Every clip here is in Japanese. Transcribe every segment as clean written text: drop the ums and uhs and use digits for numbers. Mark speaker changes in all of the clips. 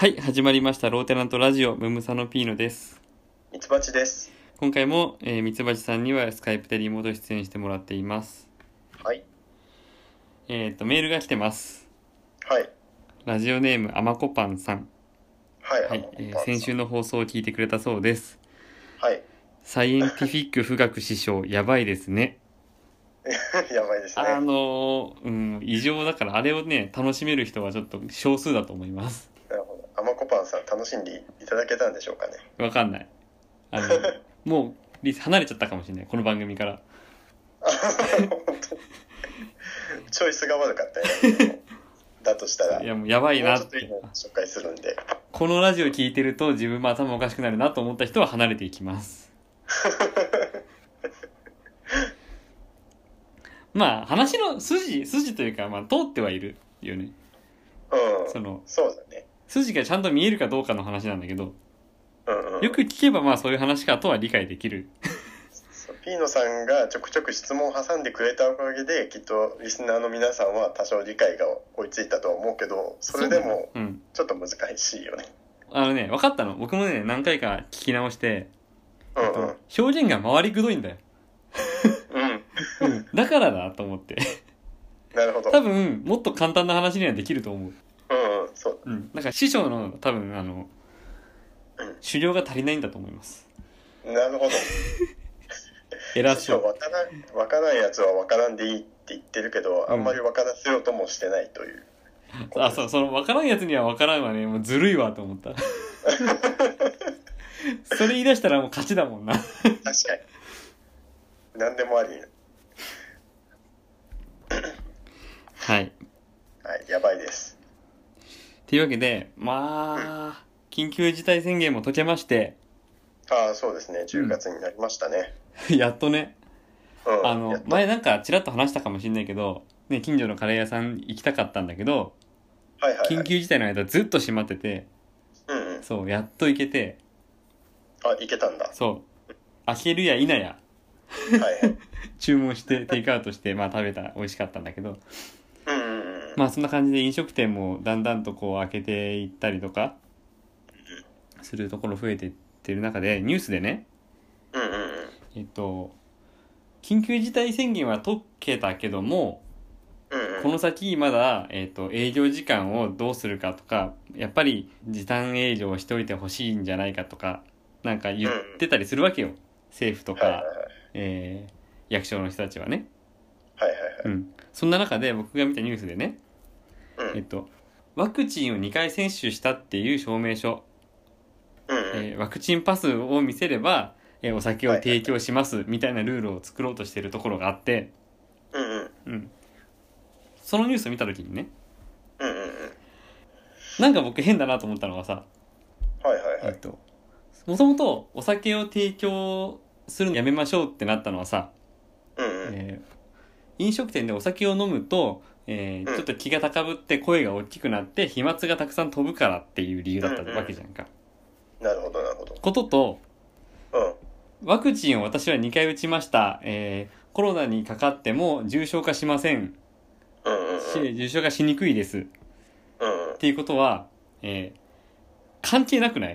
Speaker 1: はい、始まりましたローテナントラジオムムサノピーノです。
Speaker 2: ミツバチです。
Speaker 1: 今回も、ミツバチさんにはスカイプでリモート出演してもらっています。
Speaker 2: はい。
Speaker 1: メールが来てます。
Speaker 2: はい。
Speaker 1: ラジオネームあまこパンさん。
Speaker 2: はい。
Speaker 1: はい、先週の放送を聞いてくれたそうです。
Speaker 2: はい。
Speaker 1: サイエンティフィック富岳師匠やばいですね。
Speaker 2: やばいですね。
Speaker 1: 異常だからあれをね楽しめる人はちょっと少数だと思います。
Speaker 2: なるほど。アマコパンさん楽しんでいただけたんでしょうかね。
Speaker 1: わかんない。もう離れちゃったかもしれないこの番組から。
Speaker 2: 本当にチョイスが悪かったよね。だとしたら、
Speaker 1: いやもうやばいな
Speaker 2: もうちょっといいの紹介するんで。
Speaker 1: このラジオ聞いてると自分も頭おかしくなるなと思った人は離れていきます。まあ話の筋というか、まあ、通ってはいるよね。
Speaker 2: うん。そうだね。
Speaker 1: 筋がちゃんと見えるかどうかの話なんだけど、
Speaker 2: うんうん。
Speaker 1: よく聞けばまあそういう話かとは理解できる。
Speaker 2: ピーノさんがちょくちょく質問を挟んでくれたおかげで、きっとリスナーの皆さんは多少理解が追いついたとは思うけど、それでもちょっと難しいよね。
Speaker 1: 分かったの。僕もね何回か聞き直して、
Speaker 2: うんうん、
Speaker 1: 表現が回りくどいんだよ。だからだと思って。
Speaker 2: なるほど。
Speaker 1: 多分もっと簡単な話にはできると思う。
Speaker 2: そう。
Speaker 1: なんか師匠の多分狩猟が足りないんだと思います。
Speaker 2: なるほど。
Speaker 1: 偉そう。
Speaker 2: わからんやつはわからんでいいって言ってるけど、あんまりわからせようともしてないという。
Speaker 1: そのわからんやつにはわからんわね。もうずるいわと思った。それ言い出したらもう勝ちだもんな。
Speaker 2: 確かに。何でもあり。
Speaker 1: はい。
Speaker 2: はい、やばいです。
Speaker 1: というわけで、まあ、緊急事態宣言も解けまして。
Speaker 2: そうですね。10月になりましたね。
Speaker 1: やっとね。前なんかちらっと話したかもしれないけど、ね、近所のカレー屋さん行きたかったんだけど、緊急事態の間ずっと閉まってて、そう、やっと行けて。
Speaker 2: 行けたんだ。
Speaker 1: そう。開けるや否や。注文してテイクアウトしてまあ食べた、美味しかったんだけど、まあそんな感じで飲食店もだんだんとこう開けていったりとかするところ増えていってる中で、ニュースでね、緊急事態宣言は解けたけども、この先まだ、営業時間をどうするかとか、やっぱり時短営業をしておいてほしいんじゃないかとかなんか言ってたりするわけよ、政府とか、役所の人たちはね。そんな中で僕が見たニュースでね、ワクチンを2回接種したっていう証明書、ワクチンパスを見せれば、お酒を提供しますみたいなルールを作ろうとしているところがあって、そのニュースを見た時にね、なんか僕変だなと思ったのがさ、もともとお酒を提供するのやめましょうってなったのはさ、飲食店でお酒を飲むと、ちょっと気が高ぶって声が大きくなって飛沫がたくさん飛ぶからっていう理由だったわけじゃんか。
Speaker 2: なるほどなるほど。
Speaker 1: ことと、ワクチンを私は2回打ちました、コロナにかかっても重症化しません、重症化しにくいです、っていうことは、関係なくない？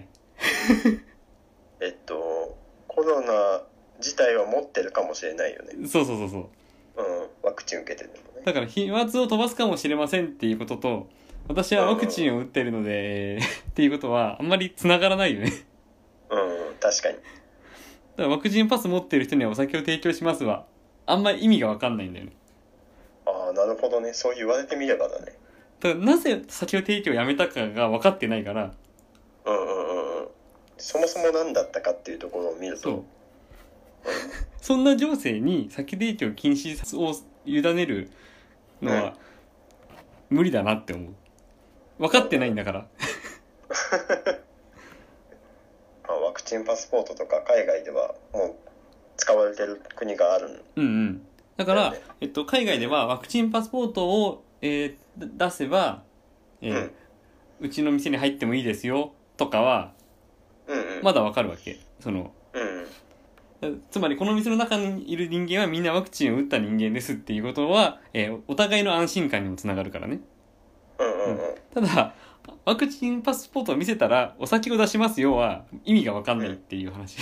Speaker 2: コロナ自体は持ってるかもしれないよね。
Speaker 1: そう、
Speaker 2: ワクチン受けてるのね。
Speaker 1: だから飛沫を飛ばすかもしれませんっていうことと、私はワクチンを打ってるので、っていうことはあんまり繋がらないよね。
Speaker 2: 確かに。
Speaker 1: だからワクチンパス持ってる人にはお酒を提供しますはあんまり意味が分かんないんだよね。
Speaker 2: なるほどね。そう言われてみればだね。
Speaker 1: だからなぜ酒を提供をやめたかが分かってないから、
Speaker 2: そもそも何だったかっていうところを見ると、
Speaker 1: そんな情勢に酒提供禁止を委ねるのは無理だなって思う。分かってないんだから。
Speaker 2: ワクチンパスポートとか海外ではもう使われてる国がある。
Speaker 1: だから、海外ではワクチンパスポートを、出せば、うちの店に入ってもいいですよとかは、まだわかるわけ。つまりこの店の中にいる人間はみんなワクチンを打った人間ですっていうことは、お互いの安心感にもつながるからね。ただワクチンパスポートを見せたらお酒を出しますよは意味が分かんないっていう話、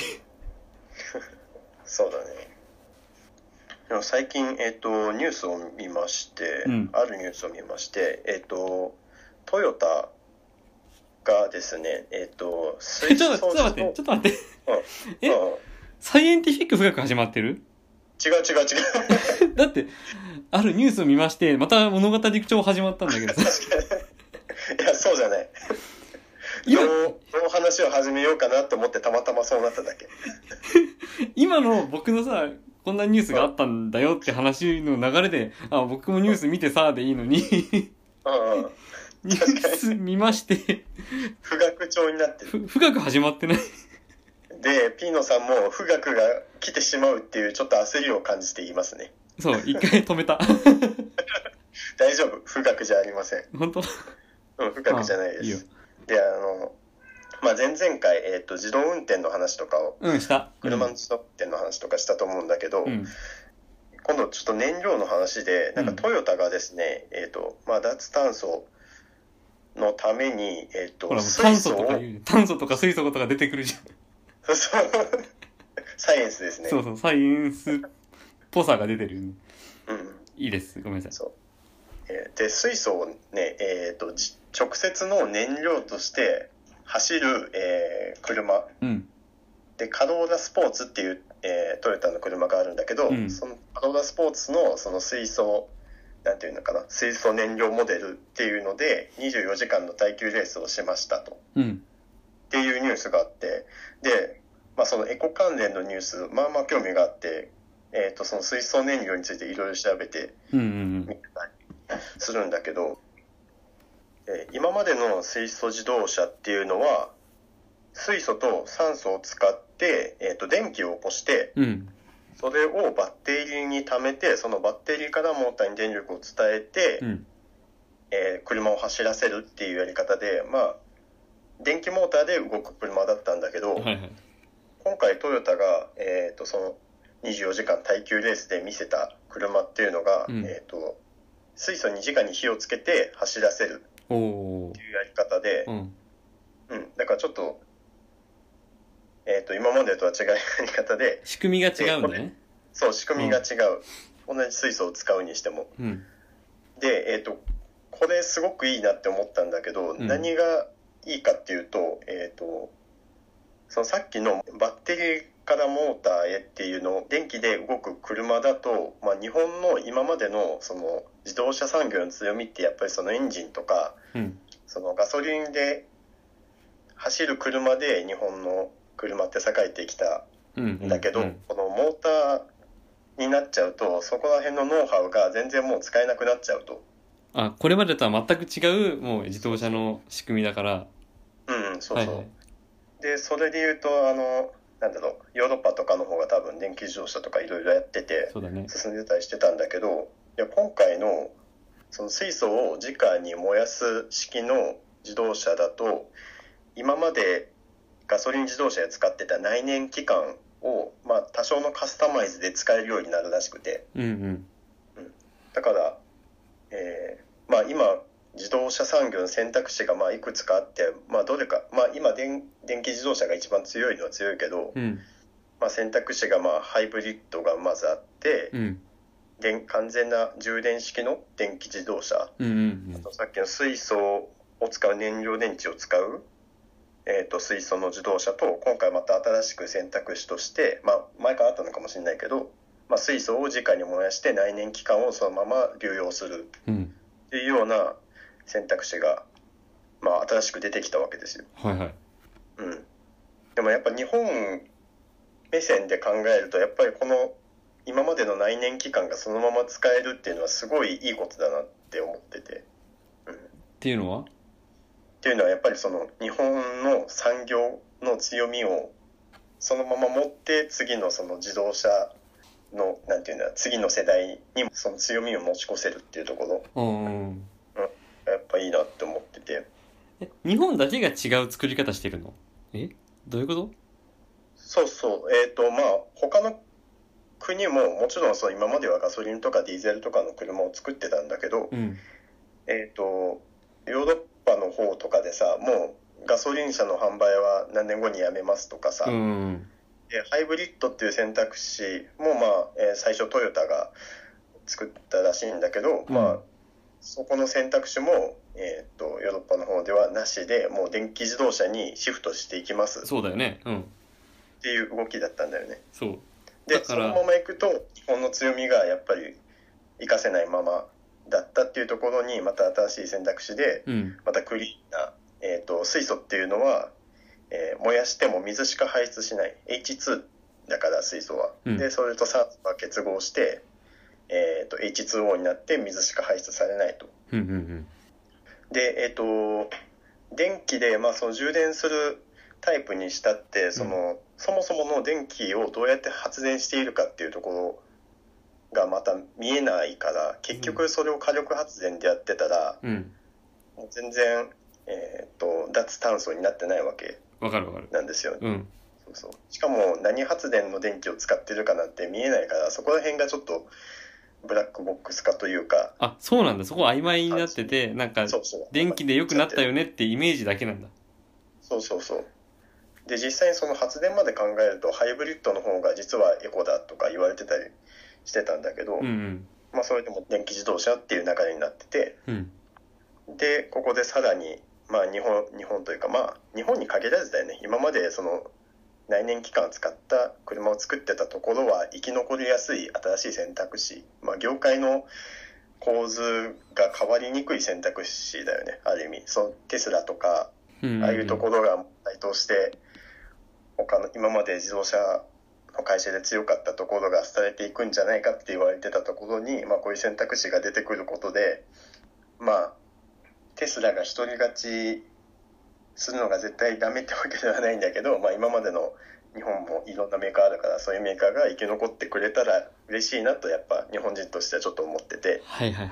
Speaker 2: そうだね。でも最近、ニュースを見まして、あるニュースを見まして、トヨタがですね、
Speaker 1: ちょっと待って、サイエンティフィック富岳始まってる？
Speaker 2: 違う
Speaker 1: だってあるニュースを見ましてまた物語口調始まったんだけどさ
Speaker 2: 確かにいやそうじゃないどの話を始めようかなと思ってたまたまそうなっただけ
Speaker 1: 今の僕のさこんなニュースがあったんだよって話の流れで、僕もニュース見てさでいいのにニュース見まして
Speaker 2: 富岳調になってる。
Speaker 1: 富岳始まってない
Speaker 2: でピーノさんも富岳が来てしまうっていうちょっと焦りを感じて言いますね。
Speaker 1: そう一回止めた
Speaker 2: 大丈夫、富岳じゃありません。
Speaker 1: 本当？
Speaker 2: 富岳じゃないです。いいよ。で前々回、自動運転の話とかを、
Speaker 1: した、
Speaker 2: 車の自動運転の話とかしたと思うんだけど、今度ちょっと燃料の話でなんかトヨタがですね、脱炭素のために、
Speaker 1: 炭素とか水素とか出てくるじゃん
Speaker 2: そうサイエンスですね。
Speaker 1: そうサイエンスっぽさが出てる、いいです、ごめんなさい。
Speaker 2: そうで水素をね、直接の燃料として走る、車、でカローラスポーツっていう、トヨタの車があるんだけど、そのカローラスポーツのその水素なんていうのかな、水素燃料モデルっていうので24時間の耐久レースをしましたと、っていうニュースがあって、で、そのエコ関連のニュース興味があって、その水素燃料についていろいろ調べてみたりするんだけど、今までの水素自動車っていうのは水素と酸素を使って、電気を起こして、それをバッテリーに貯めて、そのバッテリーからモーターに電力を伝えて、車を走らせるっていうやり方で、電気モーターで動く車だったんだけど、今回トヨタが、その24時間耐久レースで見せた車っていうのが、水素2時間に火をつけて走らせるっていうやり方で、だからちょっと、今までとは違うやり方で
Speaker 1: 仕組みが違うんだね。
Speaker 2: そう、仕組みが違う、同じ水素を使うにしても、で、これすごくいいなって思ったんだけど、何がいいかっていうと、そのさっきのバッテリーからモーターへっていうのを電気で動く車だと、日本の今までのその自動車産業の強みってやっぱりそのエンジンとか、そのガソリンで走る車で日本の車って栄えてきたんだけど、このモーターになっちゃうとそこら辺のノウハウが全然もう使えなくなっちゃうと。
Speaker 1: これまでとは全く違うもう自動車の仕組みだから。
Speaker 2: そうそう、でそれで言うとなんだろう、ヨーロッパとかの方が多分電気自動車とかいろいろやってて進んでたりしてたんだけど、いや今回のその水素を直に燃やす式の自動車だと、今までガソリン自動車で使ってた内燃機関を、多少のカスタマイズで使えるようになるらしくて、だから、今自動車産業の選択肢がいくつかあって、どれか、今電気自動車が一番強いのは強いけど、選択肢がハイブリッドがまずあって、完全な充電式の電気自動車、あとさっきの水素を使う燃料電池を使う、水素の自動車と、今回また新しく選択肢として、前からあったのかもしれないけど、水素を直に燃やして内燃機関をそのまま流用するっていうような選択肢が、新しく出てきたわけですよ。でもやっぱ日本目線で考えると、やっぱりこの今までの内燃機関がそのまま使えるっていうのはすごいいいことだなって思ってて、
Speaker 1: っていうのは
Speaker 2: やっぱりその日本の産業の強みをそのまま持って次のその自動車のなんていうんだ、次の世代にもその強みを持ち越せるっていうところ、やっぱいいなって思ってて。
Speaker 1: 日本だけが違う作り方してるの？どういうこと？
Speaker 2: そうそう、他の国ももちろんそう今まではガソリンとかディーゼルとかの車を作ってたんだけど、ヨーロッパの方とかでさ、もうガソリン車の販売は何年後にやめますとかさ、ハイブリッドっていう選択肢も、まあ最初トヨタが作ったらしいんだけど、まあそこの選択肢も、ヨーロッパの方ではなしで、もう電気自動車にシフトしていきます。
Speaker 1: そうだよね。
Speaker 2: っていう動きだったんだよね。
Speaker 1: そう。
Speaker 2: で、そのまま行くと、日本の強みがやっぱり活かせないままだったっていうところに、また新しい選択肢で、またクリーンな、水素っていうのは、燃やしても水しか排出しない H2 だから水素は、でそれと酸素が結合して、H2O になって水しか排出されないと、で電気で、まあ、その充電するタイプにしたってそもそもの電気をどうやって発電しているかっていうところがまた見えないから、結局それを火力発電でやってたら、もう全然、脱炭素になってないわけなんですよね。そうしかも何発電の電気を使ってるかなんて見えないから、そこら辺がちょっとブラックボックス化というか。
Speaker 1: あ、そうなんだ。そこ曖昧になってて、なんか電気で良くなったよねってイメージだけなんだ。
Speaker 2: そうで、実際にその発電まで考えるとハイブリッドの方が実はエコだとか言われてたりしてたんだけど、まあそれでも電気自動車っていう流れになってて、でここでさらに、まあ日本というか、まあ日本に限らずだよね。今までその内燃機関を使った車を作ってたところは生き残りやすい新しい選択肢、まあ業界の構図が変わりにくい選択肢だよね、ある意味。そのテスラとか、ああいうところが台頭して他の今まで自動車の会社で強かったところが廃れていくんじゃないかって言われてたところに、まあ、こういう選択肢が出てくることで、まあテスラが一人勝ちするのが絶対ダメってわけではないんだけど、まあ、今までの日本もいろんなメーカーあるから、そういうメーカーが生き残ってくれたら嬉しいなとやっぱ日本人としてはちょっと思ってて、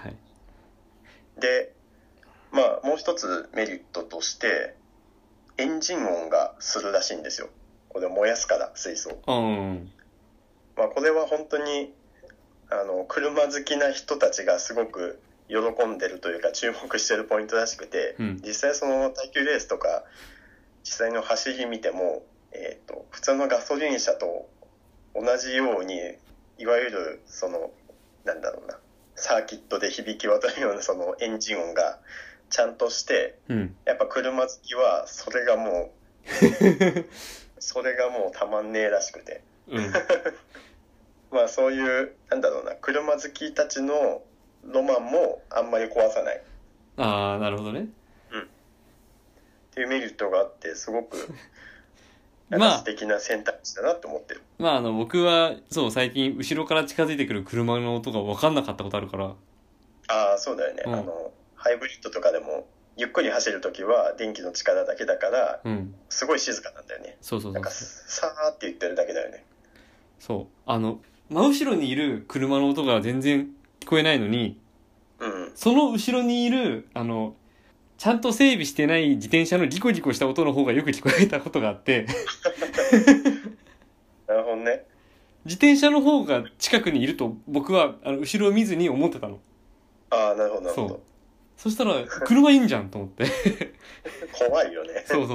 Speaker 2: でまあもう一つメリットとしてエンジン音がするらしいんですよ。これ燃やすから水素、まあこれは本当に車好きな人たちがすごく喜んでるというか注目してるポイントらしくて、実際その耐久レースとか実際の走り見ても、普通のガソリン車と同じように、いわゆるそのなんだろうな、サーキットで響き渡るようなそのエンジン音がちゃんとして、やっぱ車好きはそれがもうたまんねえらしくて、まあそういうなんだろうな、車好きたちのロマンもあんまり壊さない。
Speaker 1: ああ、なるほどね。
Speaker 2: っていうメリットがあって、すごく素敵な選択肢だなって思ってる。
Speaker 1: まあ僕はそう最近後ろから近づいてくる車の音が分かんなかったことあるから。
Speaker 2: ああ、そうだよね。ハイブリッドとかでもゆっくり走るときは電気の力だけだから、すごい静かなんだよね。なんかさーって言ってるだけだよね。
Speaker 1: そう。真後ろにいる車の音が全然聞こえないのに、その後ろにいるちゃんと整備してない自転車のギコギコした音の方がよく聞こえたことがあって
Speaker 2: なるほどね。
Speaker 1: 自転車の方が近くにいると僕は後ろを見ずに思ってたの。
Speaker 2: ああ、なるほどなるほど。
Speaker 1: そしたら車いいんじゃんと思って
Speaker 2: 怖いよね。
Speaker 1: そう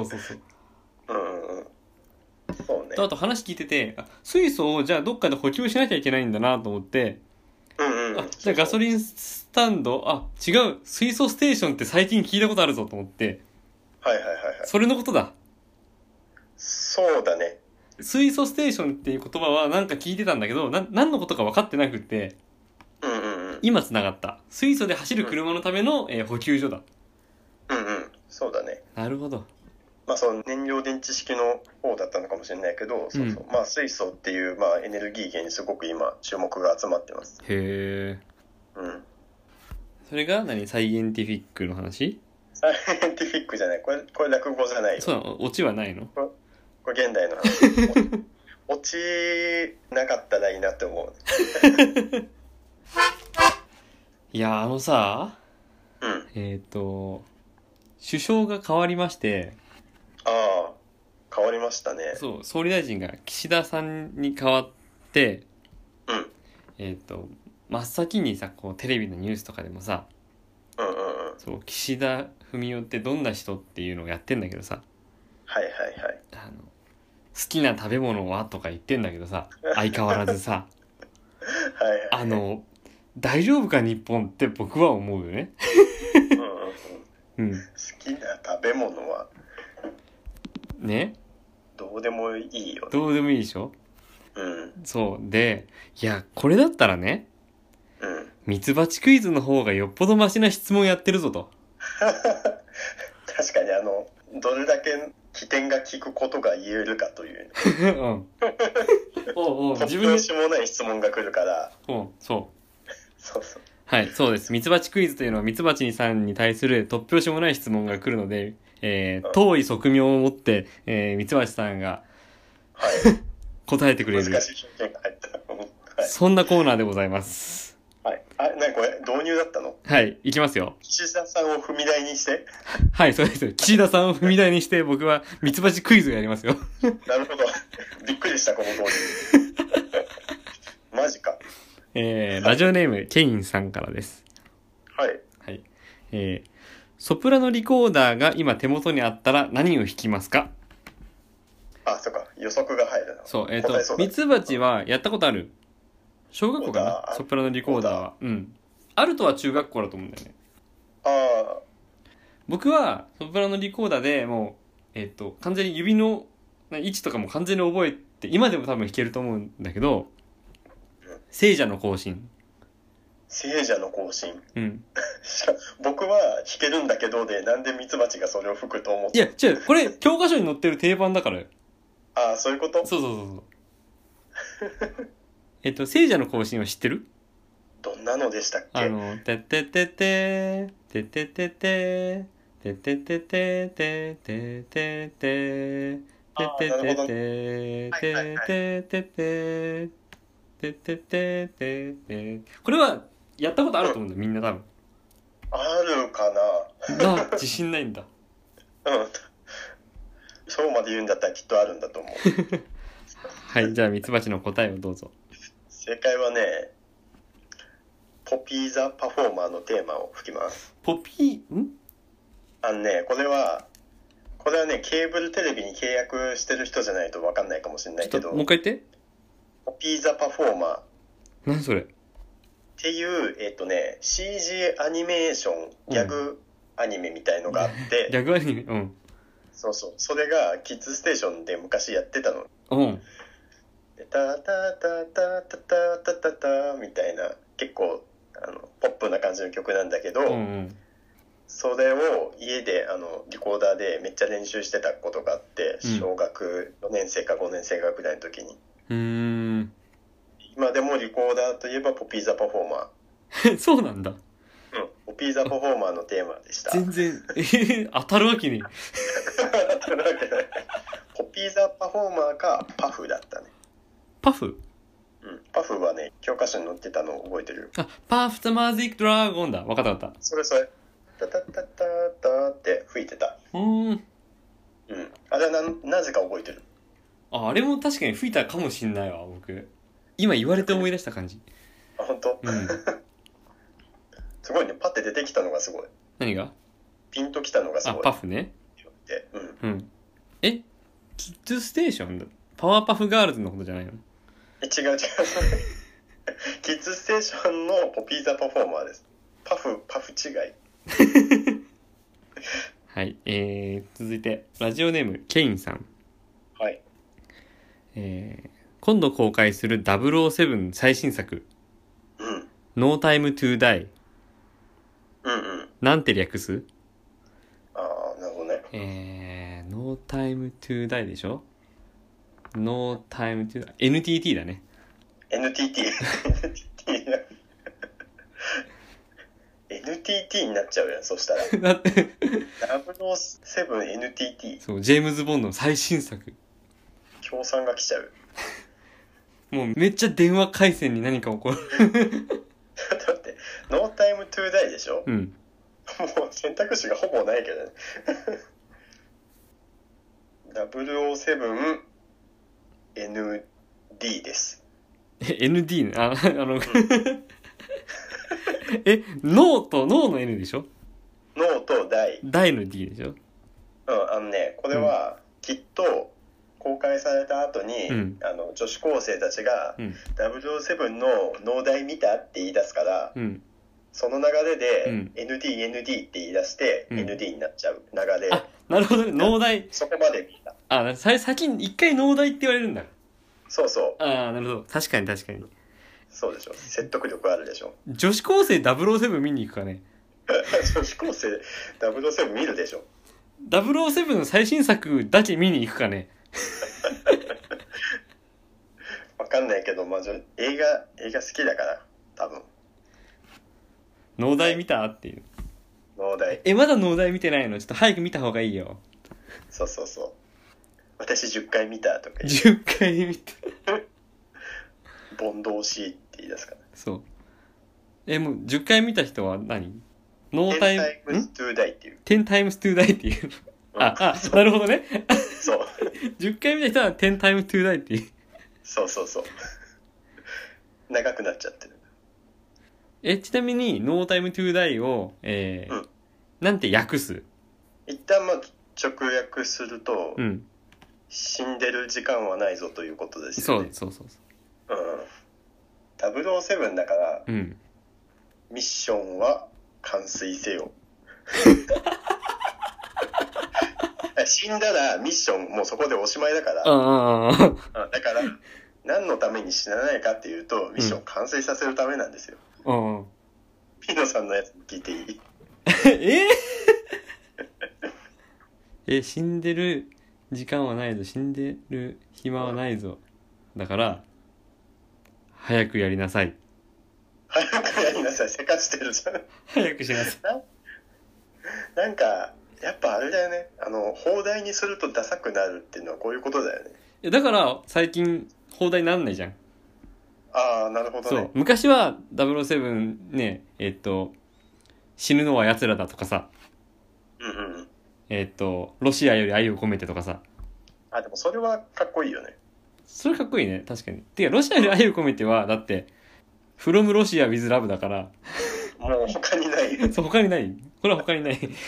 Speaker 1: ね。あと話聞いてて、水素をじゃあどっかで補給しなきゃいけないんだなと思って、じゃあガソリンスタンド、違う、水素ステーションって最近聞いたことあるぞと思って、それのことだ。
Speaker 2: そうだね。
Speaker 1: 水素ステーションっていう言葉はなんか聞いてたんだけど、何のことか分かってなくって、今繋がった。水素で走る車のための、補給所だ。
Speaker 2: そうだね。
Speaker 1: なるほど。
Speaker 2: まあその燃料電池式の方だったのかもしれないけど、まあ水素っていう、まあエネルギー源にすごく今注目が集まってます。
Speaker 1: へえ。それがサイエンティフィックの話？
Speaker 2: サイエンティフィックじゃない。これ落語じゃないよ。
Speaker 1: そうなの？オチはないの？
Speaker 2: これ現代の話。オチなかったらいいなって思う。
Speaker 1: いやさ、首相が変わりまして。
Speaker 2: ああ、変わりましたね。
Speaker 1: そう、総理大臣が岸田さんに変わって、真っ先にさ、こうテレビのニュースとかでもさ、 そう岸田文雄ってどんな人っていうのをやってんだけどさ、
Speaker 2: はいはいはい、
Speaker 1: 好きな食べ物はとか言ってんだけどさ、相変わらずさ
Speaker 2: はいはい、
Speaker 1: 大丈夫か日本って僕は思うよね
Speaker 2: うん、好きな食べ物は
Speaker 1: ね、
Speaker 2: どうでもいいよね。
Speaker 1: どうでもいいでしょ。
Speaker 2: うん。
Speaker 1: そうで、いやこれだったらね、
Speaker 2: うん。
Speaker 1: ミツバチクイズの方がよっぽどマシな質問やってるぞと。
Speaker 2: 確かにどれだけ起点が効くことが言えるかという。
Speaker 1: うん。おうおう、
Speaker 2: 突拍子もない質問が来るから。
Speaker 1: そう。
Speaker 2: そうそう。
Speaker 1: はい、そうです。ミツバチクイズというのはミツバチさんに対する突拍子もない質問が来るので、遠い側面を持って、ミツバチさんが、
Speaker 2: はい、
Speaker 1: 答えてくれる。
Speaker 2: 難しい表現が入った。はい、
Speaker 1: そんなコーナーでございます。
Speaker 2: はい。あ、なにこれ、導入だったの？
Speaker 1: はい、いきますよ。
Speaker 2: 岸田さんを踏み台にして
Speaker 1: はい、そうです。岸田さんを踏み台にして、僕はミツバチクイズをやりますよ。
Speaker 2: なるほど。びっくりした、この導入。マジか。
Speaker 1: ラジオネーム、ケインさんからです。
Speaker 2: はい。
Speaker 1: はい。ソプラノリコーダーが今手元にあったら何を弾きますか？
Speaker 2: あ、そうか。予測が入るな。
Speaker 1: そう、ミツバチはやったことある？小学校かな？ソプラノリコーダーは。うん。あるとは中学校だと思うんだよね。
Speaker 2: ああ。
Speaker 1: 僕はソプラノリコーダーでもう、完全に指の位置とかも完全に覚えて、今でも多分弾けると思うんだけど、聖者の行進。
Speaker 2: 聖者の行進。
Speaker 1: うん。
Speaker 2: 僕は弾けるんだけどで、なんでミツバチがそれを吹くと思って。
Speaker 1: いや、違う、これ教科書に載ってる定番だからよ。
Speaker 2: ああ、そういうこと？
Speaker 1: そう。聖者の行進は知ってる？
Speaker 2: どんなのでしたっけ？
Speaker 1: てってってっててってってっててってってってててててててててて、これはやったことあると思うんだよ、みんな多分。
Speaker 2: あるか
Speaker 1: な？自信ないんだ。
Speaker 2: うん。そうまで言うんだったらきっとあるんだと思う。
Speaker 1: はい、じゃあミツバチの答えをどうぞ。
Speaker 2: 正解はね、ポピーザパフォーマーのテーマを吹きます。
Speaker 1: ポピー、
Speaker 2: これはね、ケーブルテレビに契約してる人じゃないと分かんないかもしれないけど。
Speaker 1: もう一回言って。
Speaker 2: ポピーザパフォーマー。
Speaker 1: 何それ？
Speaker 2: っていう、CG アニメーション、ギャグアニメみたいのがあって。
Speaker 1: ギャグアニメ？うん。
Speaker 2: そうそう。それがキッズステーションで昔やってたの。
Speaker 1: うん。
Speaker 2: タタタタタタタタタみたいな、結構、ポップな感じの曲なんだけど、それを家でリコーダーでめっちゃ練習してたことがあって、小学4年生か5年生かぐらいの時に。今でもリコーダーといえばポピーザパフォーマ
Speaker 1: ー。そうなんだ。
Speaker 2: うん、ポピーザパフォーマーのテーマでした。
Speaker 1: 全然、当たるわけねえ。
Speaker 2: 当たるわけない。ポピーザパフォーマーかパフだったね。
Speaker 1: パフ？
Speaker 2: うん、パフはね、教科書に載ってたのを覚えてる。
Speaker 1: あ、パフ・ザ・マジック・ドラゴンだ。わかったわかった。
Speaker 2: それ。タタタタタって吹いてた。うん。あれはなぜか覚えてる。
Speaker 1: あれも確かに吹いたかもしんないわ、僕。今言われて思い出した感じ。
Speaker 2: あ、本当？うん。すごいね、パッて出てきたのがすごい。
Speaker 1: 何が？
Speaker 2: ピンときたのがすごい。
Speaker 1: あ、パフね。
Speaker 2: うん。
Speaker 1: キッズステーションだ。パワーパフガールズのことじゃないの？
Speaker 2: 違う。キッズステーションのポピーザパフォーマーです。パフ違い。
Speaker 1: はい、続いてラジオネームケインさん。
Speaker 2: はい。
Speaker 1: 今度公開する007最新作、No Time to Die。なんて略す？
Speaker 2: ああ、なるほどね。
Speaker 1: No Time to Die でしょ？ No Time to Die。NTT だね。
Speaker 2: NTT になっちゃうやん、そしたら。だって 007NTT。
Speaker 1: そう、ジェームズ・ボンドの最新作。
Speaker 2: 協賛が来ちゃう。
Speaker 1: もうめっちゃ電話回線に何か起こる。
Speaker 2: だって、ノータイムトゥーダイでしょ？もう選択肢がほぼないけどね。007ND です。
Speaker 1: ND ね。ノーの N でしょ？
Speaker 2: 大。
Speaker 1: 大の D でしょ。
Speaker 2: これはきっと公開された後に、女子高生たちが、007の農大見たって言い出すから、その流れで、ND って言い出して、ND になっちゃう流れ。
Speaker 1: あ、なるほどね。農大。
Speaker 2: そこまで見た。
Speaker 1: 先に一回農大って言われるんだ。
Speaker 2: そうそう。
Speaker 1: なるほど。確かに。
Speaker 2: そうでしょ。説得力あるでしょ。
Speaker 1: 女子高生007見に行くかね。
Speaker 2: 女子高生007見るでしょ。
Speaker 1: 007の最新作だけ見に行くかね。
Speaker 2: わかんないけど、映画好きだから多分。
Speaker 1: 農大見たっていう。
Speaker 2: 農大。
Speaker 1: まだ農大見てないの？ちょっと早く見た方がいいよ。
Speaker 2: そう。私10回見たとか
Speaker 1: 言う。10回見た。
Speaker 2: 煩悩しいって言い出すから。
Speaker 1: そう。もう10回見た人は何？ノー
Speaker 2: タイム times to die っていう。
Speaker 1: 10 times to die っていう。なるほどね。
Speaker 2: そう。
Speaker 1: 10回見た人は10 times to die っていう。
Speaker 2: そう。長くなっちゃってる。
Speaker 1: ちなみに、ノータイムトゥーダイを、なんて訳す？
Speaker 2: 一旦直訳すると、死んでる時間はないぞということですよね。
Speaker 1: そう。
Speaker 2: 007だから、ミッションは完遂せよ。死んだらミッションもうそこでおしまいだから。だから何のために死なないかっていうと、ミッションを完遂させるためなんですよ。ピノさんのやつ聞いてい
Speaker 1: い？死んでる時間はないぞ、死んでる暇はないぞ。だから早くやりなさい。
Speaker 2: 早くやりなさい。せかしてるじゃん。
Speaker 1: 早くしなさい。
Speaker 2: なんかやっぱあれだよね。放題にするとダサくなるっていうのはこういうことだよね。
Speaker 1: だから最近放題なんないじゃん。
Speaker 2: なるほどね。そう。
Speaker 1: 昔は007ね、死ぬのは奴らだとかさ。ロシアより愛を込めてとかさ。
Speaker 2: でもそれはかっこいいよね。
Speaker 1: それかっこいいね。確かに。てか、ロシアより愛を込めては、だって、from ロシア with love だから。
Speaker 2: もう他にない。
Speaker 1: そう、他にない。これは他にない。確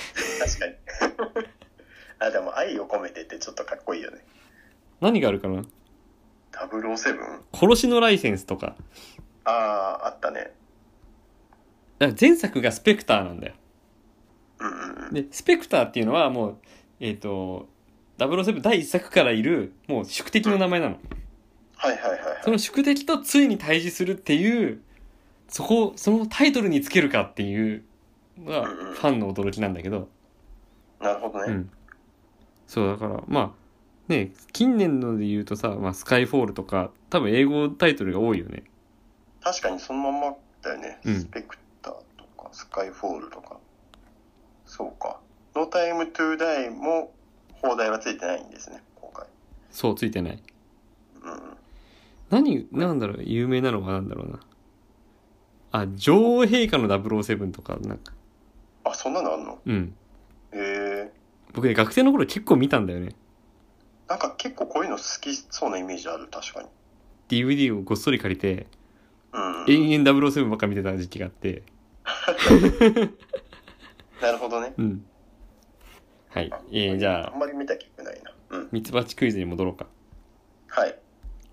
Speaker 2: かに。でも愛を込めてってちょっとかっこいいよね。
Speaker 1: 何があるかな？
Speaker 2: 007？
Speaker 1: 殺しのライセンスとか。
Speaker 2: あったね。
Speaker 1: だから前作がスペクターなんだよ。で、スペクターっていうのはもう、007第1作からいる、もう宿敵の名前なの。その宿敵とついに対峙するっていう、そのタイトルにつけるかっていうのが、ファンの驚きなんだけど。
Speaker 2: なるほどね。
Speaker 1: そう、だから、ね、近年ので言うとさ、スカイフォールとか、多分英語タイトルが多いよね。
Speaker 2: 確かにそのままだよね。スペクターとか、スカイフォールとか。そうか。ノータイムトゥーダイも放題はついてないんですね、今回。
Speaker 1: そう、ついてない。なんだろう、有名なのはなんだろうな。女王陛下の007とか、なんか。
Speaker 2: そんなのあんの？
Speaker 1: 僕ね、学生の頃結構見たんだよね。
Speaker 2: なんか結構こういうの好きそうなイメージある、確かに。
Speaker 1: DVD をごっそり借りて、延々007ばっか見てた時期があって。
Speaker 2: なるほどね。
Speaker 1: はい。じゃあ。
Speaker 2: あんまり見た記憶ないな。
Speaker 1: ミツバチクイズに戻ろうか。
Speaker 2: はい。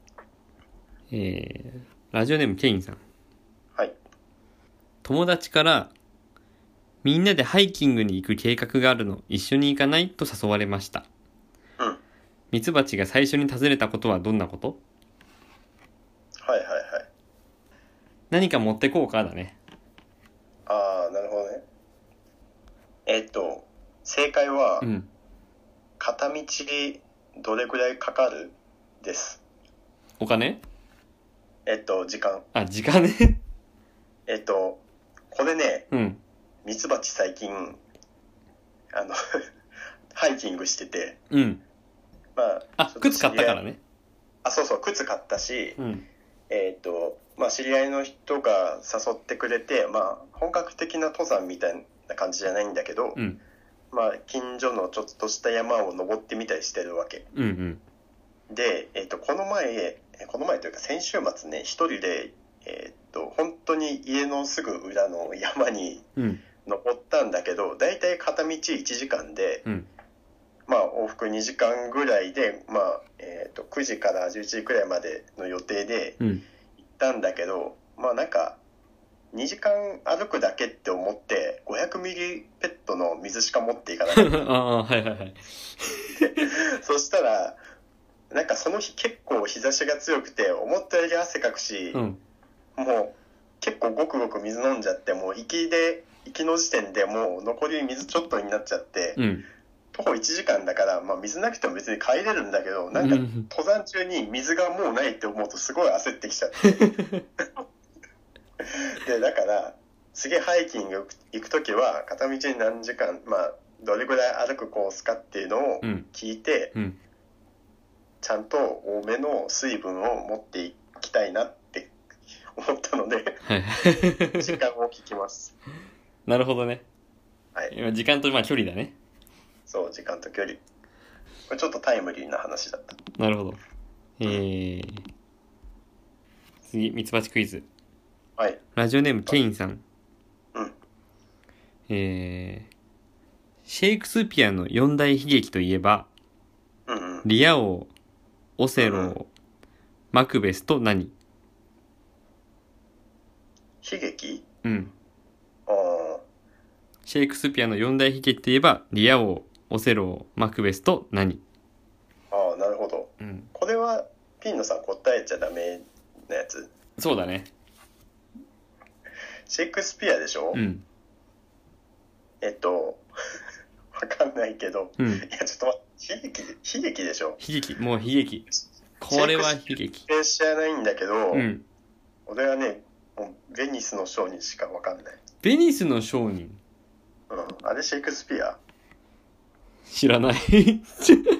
Speaker 1: ラジオネームケインさん。
Speaker 2: はい。
Speaker 1: 友達から、みんなでハイキングに行く計画があるの、一緒に行かないと誘われました。ミツバチが最初に尋ねたことはどんなこと？何か持ってこうかだね。
Speaker 2: なるほどね。正解は、片道どれくらいかかるです。
Speaker 1: お金？
Speaker 2: 時間。
Speaker 1: 時間ね。
Speaker 2: これね、ミツバチ最近、ハイキングしてて、
Speaker 1: 靴買ったからね。
Speaker 2: そう、靴買ったし、知り合いの人が誘ってくれて、本格的な登山みたいな感じじゃないんだけど、近所のちょっとした山を登ってみたりしてるわけ。で、この前というか先週末ね、一人で、本当に家のすぐ裏の山に登ったんだけど、だいたい片道1時間で、まあ往復2時間ぐらいで、まあ9時から11時くらいまでの予定で行ったんだけど、まあなんか2時間歩くだけって思って500ミリペットの水しか持っていかなかったそしたらなんかその日結構日差しが強くて思ったより汗かくし、もう結構ごくごく水飲んじゃって、もう行きの時点でもう残り水ちょっとになっちゃって、徒歩1時間だから、まあ、水なくても別に帰れるんだけど、なんか登山中に水がもうないって思うとすごい焦ってきちゃってでだから次ハイキング行くときは片道に何時間、まあどれぐらい歩くコースかっていうのを聞いて、ちゃんと多めの水分を持っていきたいなって思ったので時間を聞きます。
Speaker 1: なるほどね。
Speaker 2: はい。
Speaker 1: 今時間とまあ距離だね。
Speaker 2: そう、時間と距離。これちょっとタイムリーな話だった。
Speaker 1: なるほど。次、ミツバチクイズ。
Speaker 2: はい。
Speaker 1: ラジオネームケインさん。シェイクスピアの四大悲劇といえば、リア王、オセロー、マクベスと何？
Speaker 2: 悲劇？
Speaker 1: シェイクスピアの四大悲劇といえばリア王、オセロー、マクベスと何？
Speaker 2: なるほど。これはピンノさん答えちゃダメなやつ？
Speaker 1: そうだね。
Speaker 2: シェイクスピアでしょ？わかんないけど、いやちょっと待って、悲劇でしょ？
Speaker 1: 悲劇、もう悲劇。これは悲劇。
Speaker 2: 知らないんだけど、俺はね、もうベニスの商人しかわかんない。
Speaker 1: ベニスの商人？
Speaker 2: あれシェイクスピア？
Speaker 1: 知らない。
Speaker 2: 違う？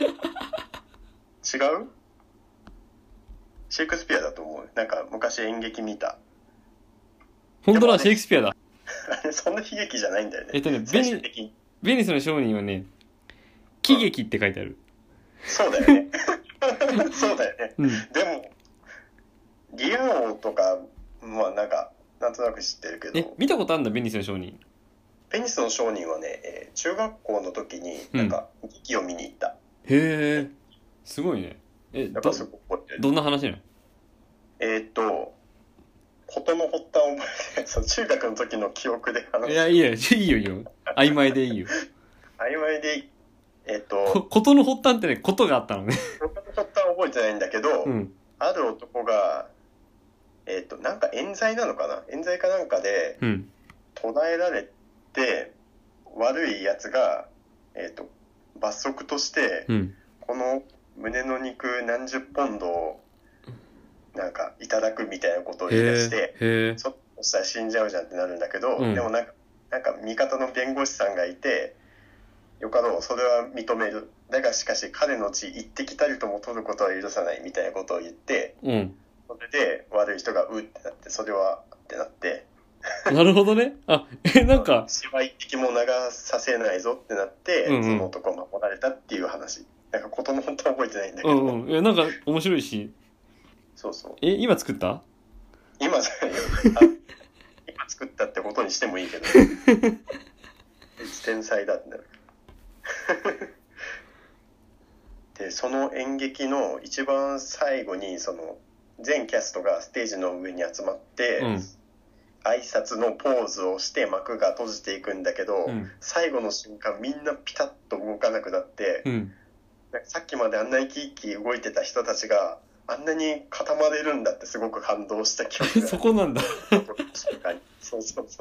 Speaker 2: シェイクスピアだと思う。なんか昔演劇見た。
Speaker 1: 本当だ、シェイクスピアだ。
Speaker 2: そんな悲劇じゃないんだよね。
Speaker 1: ベニスの商人はね、喜劇って書いてある。
Speaker 2: そうだよね。そうだよね。でも、リア王とか、まあなんとなく知ってるけど。
Speaker 1: 見たことあるんだ、ベニスの商人。
Speaker 2: ベニスの商人はね、中学校の時になんか劇を見に行った。
Speaker 1: へえ、すごいね。どんな話なの？
Speaker 2: 事の発端を覚えて、その中学の時の記憶で話す。
Speaker 1: いや、いいよ。曖昧でいいよ。
Speaker 2: 曖昧でいい。
Speaker 1: 事の発端ってね、ことがあったのね。
Speaker 2: 事の発端は覚えてないんだけど、ある男が、なんか冤罪なのかな？冤罪かなんかで、捕らえられて、悪いやつが、罰則として、この胸の肉何十ポンドをなんかいただくみたいなことを言い出して、そしたら死んじゃうじゃんってなるんだけど、でもなんか味方の弁護士さんがいて、よかろう、それは認める。だがしかし彼の血一滴たりとも取ることは許さないみたいなことを言って、それで悪い人がうってなって、それはってなって。
Speaker 1: なるほどね。なんか。
Speaker 2: 血は一滴も流させないぞってなって、その男を守られたっていう話。なんかことの本当は覚えてないんだけど。
Speaker 1: いや、なんか面白いし。
Speaker 2: そうそう。
Speaker 1: 今作った？
Speaker 2: 今じゃないよ。今作ったってことにしてもいいけど。天才だってなる。で、その演劇の一番最後に、その、全キャストがステージの上に集まって、挨拶のポーズをして幕が閉じていくんだけど、最後の瞬間みんなピタッと動かなくなって、さっきまであんな生き生き動いてた人たちが、あんなに固まれるんだってすごく感動した記憶が。
Speaker 1: そこなんだ。
Speaker 2: そうそうそう。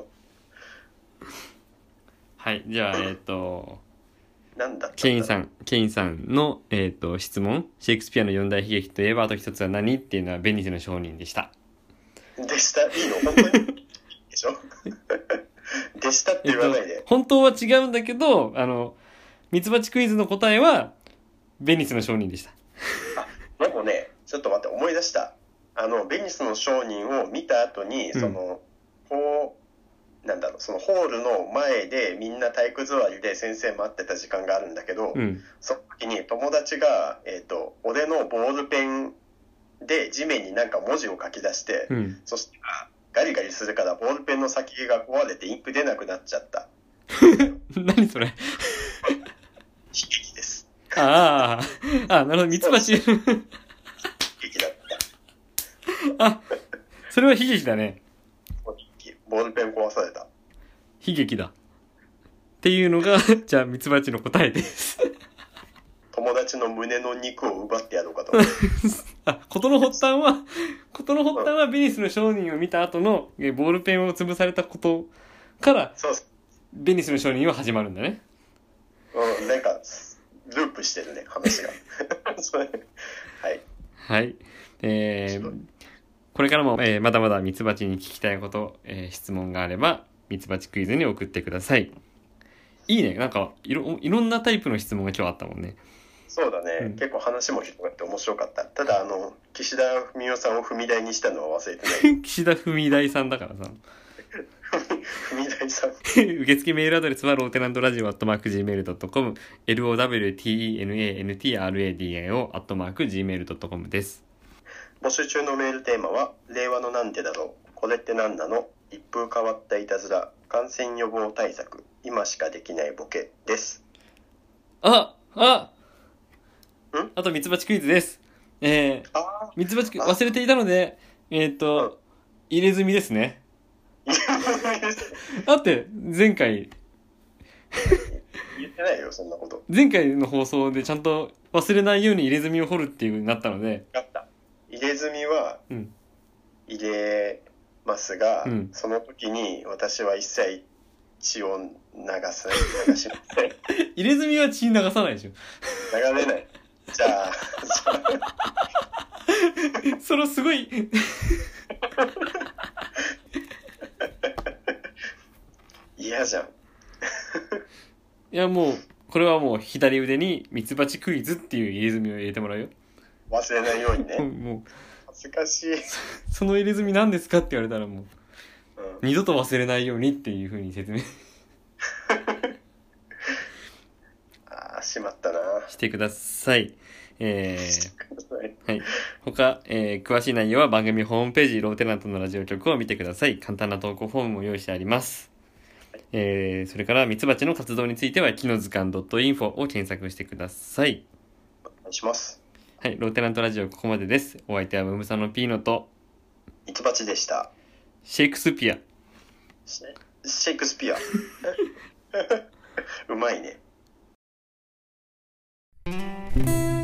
Speaker 1: はい、じゃあ、
Speaker 2: なんだった
Speaker 1: ケインさんの、質問、シェイクスピアの四大悲劇といえばあと一つは何っていうのはベニスの商人でした。
Speaker 2: でした？いいの？本当に？でしょ？でしたって言わないで。
Speaker 1: 本当は違うんだけど、ミツバチクイズの答えはベニスの商人でした。
Speaker 2: でもね、ちょっと待って、思い出した。ベニスの商人を見た後に、そのホールの前でみんな体育座りで先生待ってた時間があるんだけど、その時に友達が、俺のボールペンで地面になんか文字を書き出して、そしてガリガリするからボールペンの先が壊れてインク出なくなっちゃった。 何
Speaker 1: それ。悲
Speaker 2: 劇です。
Speaker 1: ああ、なるほど、ミツバチ。悲
Speaker 2: 劇だった。
Speaker 1: あ、それは悲劇だね。
Speaker 2: ボールペン壊された。
Speaker 1: 悲劇だ。っていうのが、じゃあミツバチの答えです。
Speaker 2: 友達の胸の肉を奪ってやろうかと。
Speaker 1: 事の発端はベニスの商人を見た後のボールペンを潰されたことから、ベニスの商人は始まるんだね。
Speaker 2: なんかループしてるね、話が。はい。
Speaker 1: はい。これからも、まだまだミツバチに聞きたいこと、質問があればミツバチクイズに送ってください。いいね。なんかいろんなタイプの質問が今日あったもんね。
Speaker 2: そうだね、結構話も広がって面白かった。ただ岸田文雄さんを踏み台にしたのは忘れてない。
Speaker 1: 岸田文台さんだからさ。
Speaker 2: 踏み台さん。
Speaker 1: 受付メールアドレスはローテナントラジオ@gmail.com、lowtenantradio@gmail.com です。
Speaker 2: 募集中のメールテーマは令和のなんでだろう、これってなんなの、一風変わったいたずら、感染予防対策、今しかできないボケです。
Speaker 1: あとミツバチクイズです。ミツバチ忘れていたので、入れ墨ですね。だって前回
Speaker 2: 言ってないよそんなこと。
Speaker 1: 前回の放送でちゃんと忘れないように入れ墨を彫るっていう風になったので。
Speaker 2: 入れ墨は入れますが、その時に私は一切血を流しません。
Speaker 1: 入れ墨は血流さないでしょ。
Speaker 2: 流れない。じゃあ
Speaker 1: それすごい
Speaker 2: 嫌じゃん。
Speaker 1: いやもうこれはもう左腕にミツバチクイズっていう入れ墨を入れてもらうよ。
Speaker 2: 忘れないようにね。
Speaker 1: もう
Speaker 2: 恥ずかしい。
Speaker 1: その入れ墨何ですかって言われたらもう、二度と忘れないようにっていう風に説明
Speaker 2: しまったな。
Speaker 1: してください。はい。他、詳しい内容は番組ホームページローテナントのラジオ局を見てください。簡単な投稿フォームも用意してあります。それからミツバチの活動については木の図鑑 .info を検索してください。
Speaker 2: お願いします。
Speaker 1: はい、ローテナントラジオここまでです。お相手はムムサノピーノと
Speaker 2: ミツバチでした。
Speaker 1: シェイクスピア。
Speaker 2: シェイクスピア。うまいね。